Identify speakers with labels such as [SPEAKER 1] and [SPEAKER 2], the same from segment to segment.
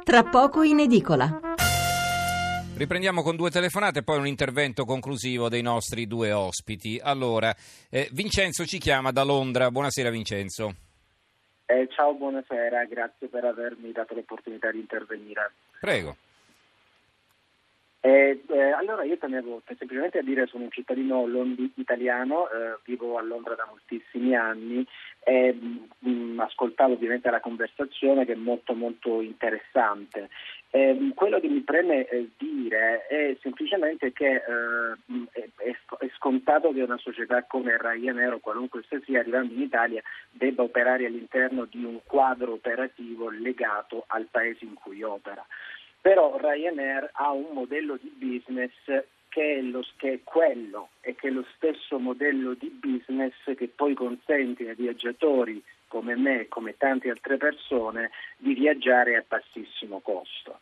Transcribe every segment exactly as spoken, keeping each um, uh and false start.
[SPEAKER 1] tra poco in edicola.
[SPEAKER 2] Riprendiamo con due telefonate e poi un intervento conclusivo dei nostri due ospiti. Allora, eh, Vincenzo ci chiama da Londra. Buonasera Vincenzo.
[SPEAKER 3] Eh, ciao, buonasera, grazie per avermi dato l'opportunità di intervenire.
[SPEAKER 2] Prego.
[SPEAKER 3] Eh, eh, allora io tenevo semplicemente a dire sono un cittadino londi- italiano, eh, vivo a Londra da moltissimi anni e mh, ascoltavo ovviamente la conversazione che è molto molto interessante. Eh, quello che mi preme eh, dire è semplicemente che eh, è, è scontato che una società come Ryanair o qualunque essa sia arrivando in Italia debba operare all'interno di un quadro operativo legato al paese in cui opera. Però Ryanair ha un modello di business che è, lo, che è quello e che è lo stesso modello di business che poi consente ai viaggiatori come me e come tante altre persone di viaggiare a bassissimo costo.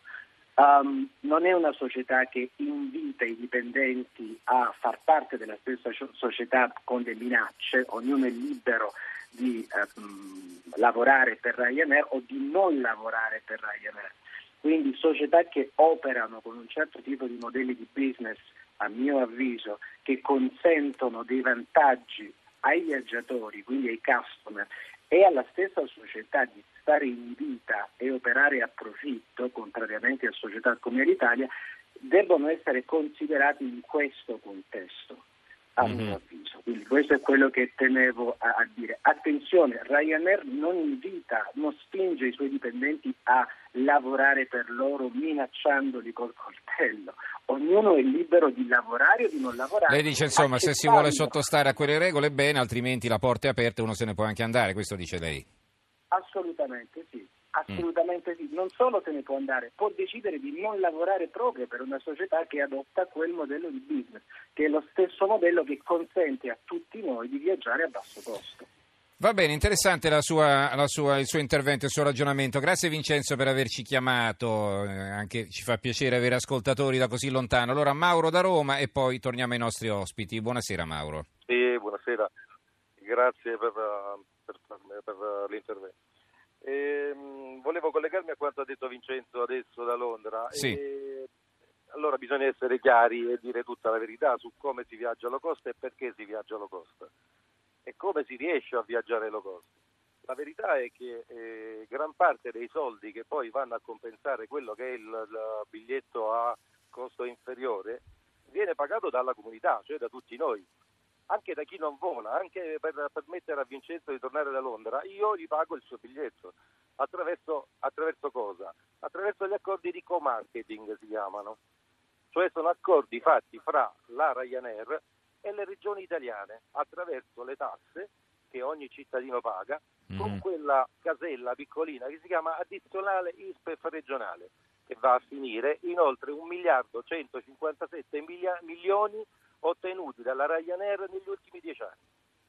[SPEAKER 3] Um, non è una società che invita i dipendenti a far parte della stessa società con le minacce, ognuno è libero di um, lavorare per Ryanair o di non lavorare per Ryanair. Quindi società che operano con un certo tipo di modelli di business, a mio avviso, che consentono dei vantaggi ai viaggiatori, quindi ai customer, e alla stessa società di stare in vita e operare a profitto, contrariamente a società come l'Italia, debbono essere considerati in questo contesto, a mm-hmm. mio avviso. Quindi questo è quello che tenevo a, a dire. Attenzione, Ryanair non invita, non spinge i suoi dipendenti a lavorare per loro minacciandoli col coltello. Ognuno è libero di lavorare o di non lavorare.
[SPEAKER 2] Lei dice insomma se si vuole sottostare a quelle regole bene, altrimenti la porta è aperta e uno se ne può anche andare, questo dice lei?
[SPEAKER 3] Assolutamente sì, assolutamente mm. sì. Non solo se ne può andare, può decidere di non lavorare proprio per una società che adotta quel modello di business, che è lo stesso modello che consente a tutti noi di viaggiare a basso costo.
[SPEAKER 2] Va bene, interessante la sua, la sua, il suo intervento, il suo ragionamento. Grazie Vincenzo per averci chiamato, eh, anche ci fa piacere avere ascoltatori da così lontano. Allora Mauro da Roma e poi torniamo ai nostri ospiti. Buonasera Mauro.
[SPEAKER 4] Sì, buonasera, grazie per, per, per l'intervento. E, volevo collegarmi a quanto ha detto Vincenzo adesso da Londra.
[SPEAKER 2] Sì.
[SPEAKER 4] E, allora bisogna essere chiari e dire tutta la verità su come si viaggia low cost e perché si viaggia low cost. E come si riesce a viaggiare low cost. La verità è che eh, gran parte dei soldi che poi vanno a compensare quello che è il, il biglietto a costo inferiore viene pagato dalla comunità, cioè da tutti noi, anche da chi non vola, anche per permettere a Vincenzo di tornare da Londra. Io gli pago il suo biglietto attraverso, attraverso cosa? Attraverso gli accordi di co-marketing si chiamano, cioè sono accordi fatti fra la Ryanair e le regioni italiane attraverso le tasse che ogni cittadino paga, mm-hmm. con quella casella piccolina che si chiama addizionale I S P E F regionale, che va a finire in oltre un miliardo centocinquantasette milia- milioni ottenuti dalla Ryanair negli ultimi dieci anni.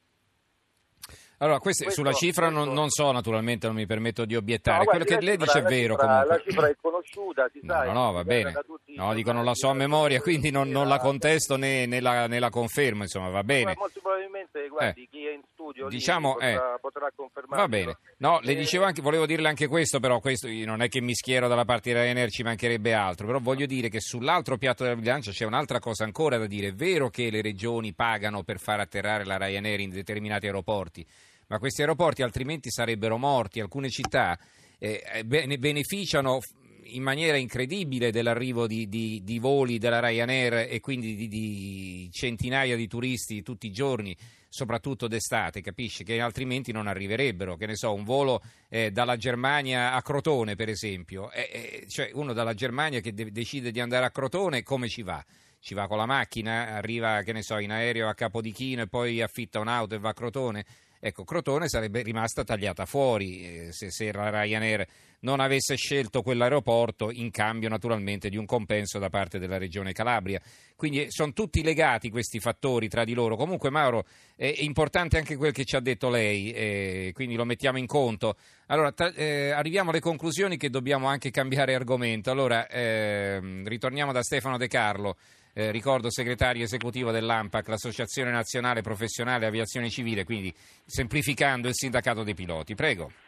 [SPEAKER 2] Allora, queste,
[SPEAKER 4] questo,
[SPEAKER 2] sulla cifra
[SPEAKER 4] questo...
[SPEAKER 2] non, non so, naturalmente non mi permetto di obiettare.
[SPEAKER 4] No,
[SPEAKER 2] Quello
[SPEAKER 4] guardi,
[SPEAKER 2] che lei
[SPEAKER 4] cifra,
[SPEAKER 2] dice è vero
[SPEAKER 4] cifra,
[SPEAKER 2] comunque.
[SPEAKER 4] La cifra è conosciuta, si
[SPEAKER 2] no,
[SPEAKER 4] sa.
[SPEAKER 2] No, no, va bene.
[SPEAKER 4] Tutti,
[SPEAKER 2] no, dico non la so a memoria, quindi non, non la contesto né, né, la, né la confermo, insomma, va bene.
[SPEAKER 4] Molto probabilmente, guardi,
[SPEAKER 2] eh.
[SPEAKER 4] chi è in studio
[SPEAKER 2] diciamo,
[SPEAKER 4] lì potrà,
[SPEAKER 2] eh.
[SPEAKER 4] potrà confermare.
[SPEAKER 2] Va bene. No, le
[SPEAKER 4] eh.
[SPEAKER 2] dicevo anche, volevo dirle anche questo, però questo non è che mi schiero dalla parte di Ryanair, ci mancherebbe altro, però voglio dire che sull'altro piatto della bilancia c'è un'altra cosa ancora da dire. È vero che le regioni pagano per far atterrare la Ryanair in determinati aeroporti, ma questi aeroporti altrimenti sarebbero morti. Alcune città eh, ne beneficiano in maniera incredibile dell'arrivo di, di, di voli della Ryanair e quindi di, di centinaia di turisti tutti i giorni, soprattutto d'estate, capisci? Che altrimenti non arriverebbero. Che ne so, un volo eh, dalla Germania a Crotone, per esempio, eh, eh, cioè uno dalla Germania che de- decide di andare a Crotone, come ci va? Ci va con la macchina, arriva, che ne so, in aereo a Capodichino e poi affitta un'auto e va a Crotone. Ecco, Crotone sarebbe rimasta tagliata fuori eh, se, se la Ryanair non avesse scelto quell'aeroporto in cambio naturalmente di un compenso da parte della Regione Calabria. Quindi sono tutti legati questi fattori tra di loro. Comunque Mauro, è importante anche quel che ci ha detto lei, eh, quindi lo mettiamo in conto. Allora, ta- eh, arriviamo alle conclusioni che dobbiamo anche cambiare argomento. Allora, eh, ritorniamo da Stefano De Carlo. Eh, ricordo segretario esecutivo dell'ANPAC, l'Associazione Nazionale Professionale Aviazione Civile, quindi semplificando il sindacato dei piloti. Prego.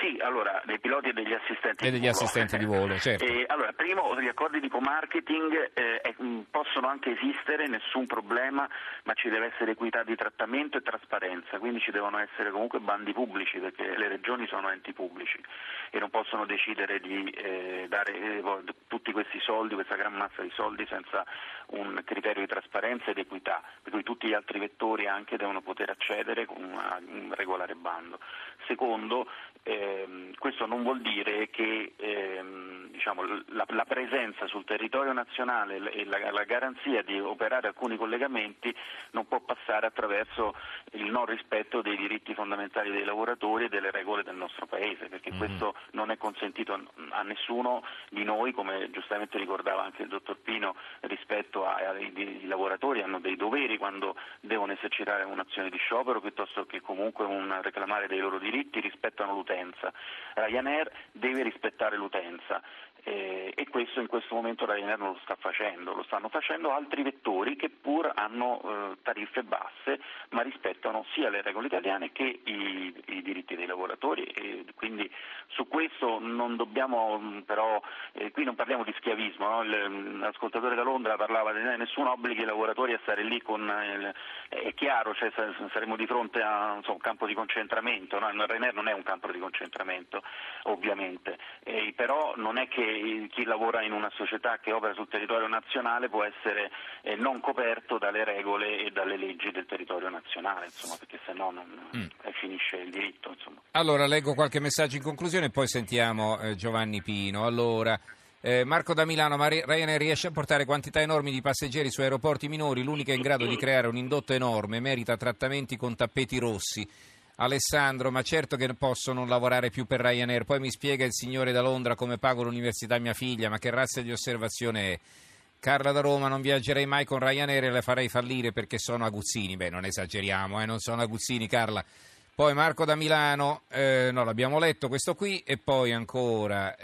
[SPEAKER 1] Sì, allora, dei piloti e degli assistenti
[SPEAKER 2] e
[SPEAKER 1] di
[SPEAKER 2] degli
[SPEAKER 1] volo.
[SPEAKER 2] assistenti di volo, certo.
[SPEAKER 1] Eh, allora, primo, gli accordi di co-marketing eh, eh, possono anche esistere, nessun problema, ma ci deve essere equità di trattamento e trasparenza, quindi ci devono essere comunque bandi pubblici, perché le regioni sono enti pubblici e non possono decidere di eh, dare eh, tutti questi soldi, questa gran massa di soldi senza un criterio di trasparenza ed equità, per cui tutti gli altri vettori anche devono poter accedere con una, un regolare bando. Secondo, ehm, questo non vuol dire che ehm, diciamo, la, la presenza sul territorio nazionale e la, la garanzia di operare alcuni collegamenti non può passare attraverso il non rispetto dei diritti fondamentali dei lavoratori e delle regole del nostro Paese, perché mm-hmm. questo non è consentito a nessuno di noi, come giustamente ricordava anche il dottor Pino, rispetto ai lavoratori hanno dei doveri quando devono esercitare un'azione di sciopero piuttosto che comunque un reclamare dei loro diritti, rispettano l'utenza. Ryanair deve rispettare l'utenza. Eh, e questo in questo momento Ryanair non lo sta facendo, lo stanno facendo altri vettori che pur hanno eh, tariffe basse ma rispettano sia le regole italiane che i, i diritti dei lavoratori, e quindi su questo non dobbiamo mh, però eh, qui non parliamo di schiavismo, no? Il, l'ascoltatore da Londra parlava di eh, nessuno obblighi i lavoratori a stare lì con il, è chiaro, cioè, saremo di fronte a so, un campo di concentramento, no? Il Ryanair non è un campo di concentramento ovviamente, eh, però non è che chi lavora in una società che opera sul territorio nazionale può essere eh, non coperto dalle regole e dalle leggi del territorio nazionale, insomma, perché se no non mm. eh, finisce il diritto. Insomma.
[SPEAKER 2] Allora, leggo qualche messaggio in conclusione e poi sentiamo eh, Giovanni Pino. Allora, eh, Marco da Milano, ma Ryanair riesce a portare quantità enormi di passeggeri su aeroporti minori, l'unica in grado di creare un indotto enorme, merita trattamenti con tappeti rossi. Alessandro, ma certo che posso non lavorare più per Ryanair, poi mi spiega il signore da Londra come pago l'università a mia figlia, ma che razza di osservazione è? Carla da Roma, non viaggerei mai con Ryanair e la farei fallire perché sono aguzzini. Beh, non esageriamo, eh, non sono aguzzini, Carla. Poi Marco da Milano, eh, no, l'abbiamo letto questo qui, e poi ancora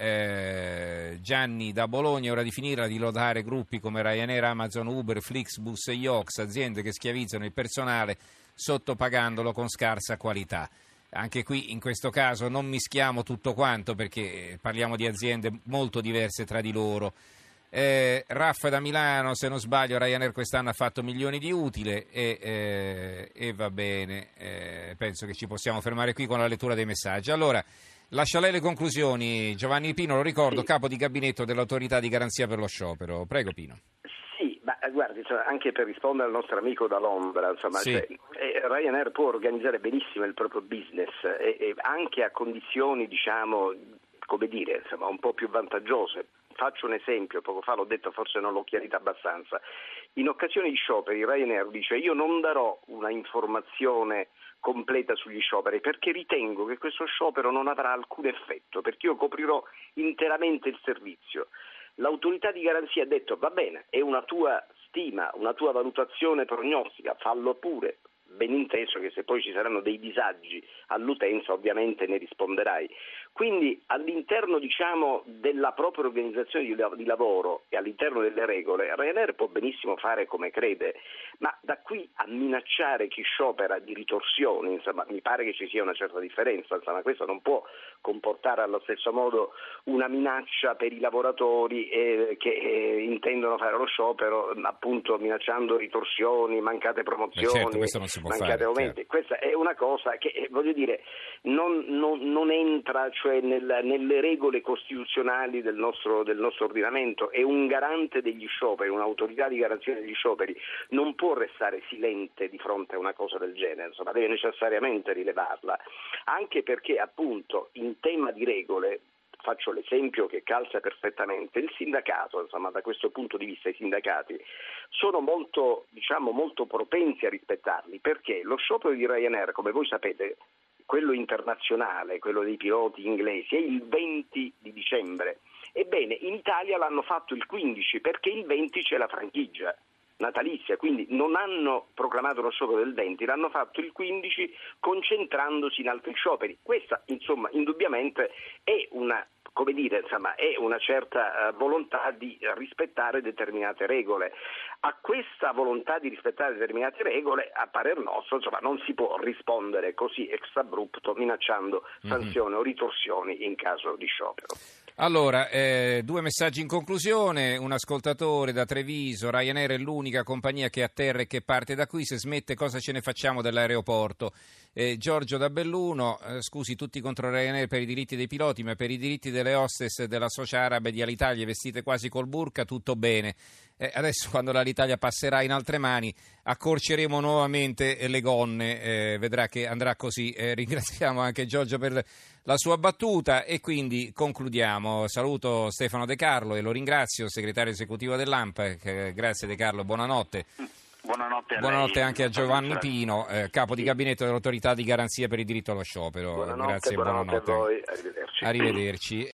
[SPEAKER 2] eh, Gianni da Bologna, è ora di finirla di lodare gruppi come Ryanair, Amazon, Uber, Flixbus e Yox, aziende che schiavizzano il personale sottopagandolo con scarsa qualità. Anche qui in questo caso non mischiamo tutto quanto perché parliamo di aziende molto diverse tra di loro. Eh, Raffa da Milano, se non sbaglio Ryanair quest'anno ha fatto milioni di utile e, eh, e va bene, eh, penso che ci possiamo fermare qui con la lettura dei messaggi. Allora, lascia lei le conclusioni. Giovanni Pino, lo ricordo, sì. Capo di gabinetto dell'autorità di garanzia per lo sciopero. Prego Pino.
[SPEAKER 5] Guardi, cioè, anche per rispondere al nostro amico da Londra, insomma, sì. cioè, eh, Ryanair può organizzare benissimo il proprio business e, e anche a condizioni, diciamo, come dire, insomma, un po' più vantaggiose. Faccio un esempio, poco fa l'ho detto, forse non l'ho chiarito abbastanza. In occasione di scioperi Ryanair dice io non darò una informazione completa sugli scioperi perché ritengo che questo sciopero non avrà alcun effetto, perché io coprirò interamente il servizio. L'autorità di garanzia ha detto va bene, è una tua stima, una tua valutazione prognostica, fallo pure, ben inteso che se poi ci saranno dei disagi all'utenza ovviamente ne risponderai. Quindi all'interno, diciamo, della propria organizzazione di lavoro e all'interno delle regole Ryanair può benissimo fare come crede, ma da qui a minacciare chi sciopera di ritorsioni, insomma, mi pare che ci sia una certa differenza, insomma, questo non può comportare allo stesso modo una minaccia per i lavoratori eh, che eh, intendono fare lo sciopero, appunto minacciando ritorsioni, mancate promozioni,
[SPEAKER 2] certo, questo non si può
[SPEAKER 5] mancate
[SPEAKER 2] fare,
[SPEAKER 5] aumenti.
[SPEAKER 2] Certo.
[SPEAKER 5] Questa è una cosa che, eh, voglio dire, non, non, non entra cioè nel, nelle regole costituzionali del nostro, del nostro ordinamento. È un garante degli scioperi, un'autorità di garanzia degli scioperi non può restare silente di fronte a una cosa del genere, insomma, deve necessariamente rilevarla, anche perché appunto in tema di regole, faccio l'esempio che calza perfettamente, il sindacato, insomma, da questo punto di vista i sindacati sono molto, diciamo, molto propensi a rispettarli, perché lo sciopero di Ryanair, come voi sapete, quello internazionale, quello dei piloti inglesi, è il venti di dicembre. Ebbene, in Italia l'hanno fatto il quindici perché il venti c'è la franchigia natalizia, quindi non hanno proclamato lo sciopero del venti, l'hanno fatto il quindici concentrandosi in altri scioperi. Questa, insomma, indubbiamente è una come dire, insomma, è una certa uh, volontà di rispettare determinate regole. A questa volontà di rispettare determinate regole, a parer nostro, insomma, non si può rispondere così ex abrupto minacciando sanzioni mm-hmm. o ritorsioni in caso di sciopero.
[SPEAKER 2] Allora, eh, due messaggi in conclusione. Un ascoltatore da Treviso: Ryanair è l'unica compagnia che atterra e che parte da qui, se smette cosa ce ne facciamo dell'aeroporto? Eh, Giorgio da Belluno: eh, scusi, tutti contro Ryanair per i diritti dei piloti, ma per i diritti delle hostess della socia arabe di Alitalia vestite quasi col burka tutto bene. Eh, adesso quando l'Alitalia passerà in altre mani accorceremo nuovamente le gonne, eh, vedrà che andrà così. Eh, ringraziamo anche Giorgio per la sua battuta e quindi concludiamo. Saluto Stefano De Carlo e lo ringrazio, segretario esecutivo dell'A N P. Eh, grazie De Carlo, buonanotte.
[SPEAKER 1] Buonanotte a
[SPEAKER 2] Buonanotte
[SPEAKER 1] lei.
[SPEAKER 2] anche a Giovanni Pino, eh, capo di gabinetto dell'autorità di garanzia per il diritto allo sciopero.
[SPEAKER 5] Buonanotte,
[SPEAKER 2] Grazie e
[SPEAKER 5] buonanotte,
[SPEAKER 2] buonanotte
[SPEAKER 5] a voi, arrivederci.
[SPEAKER 2] Arrivederci.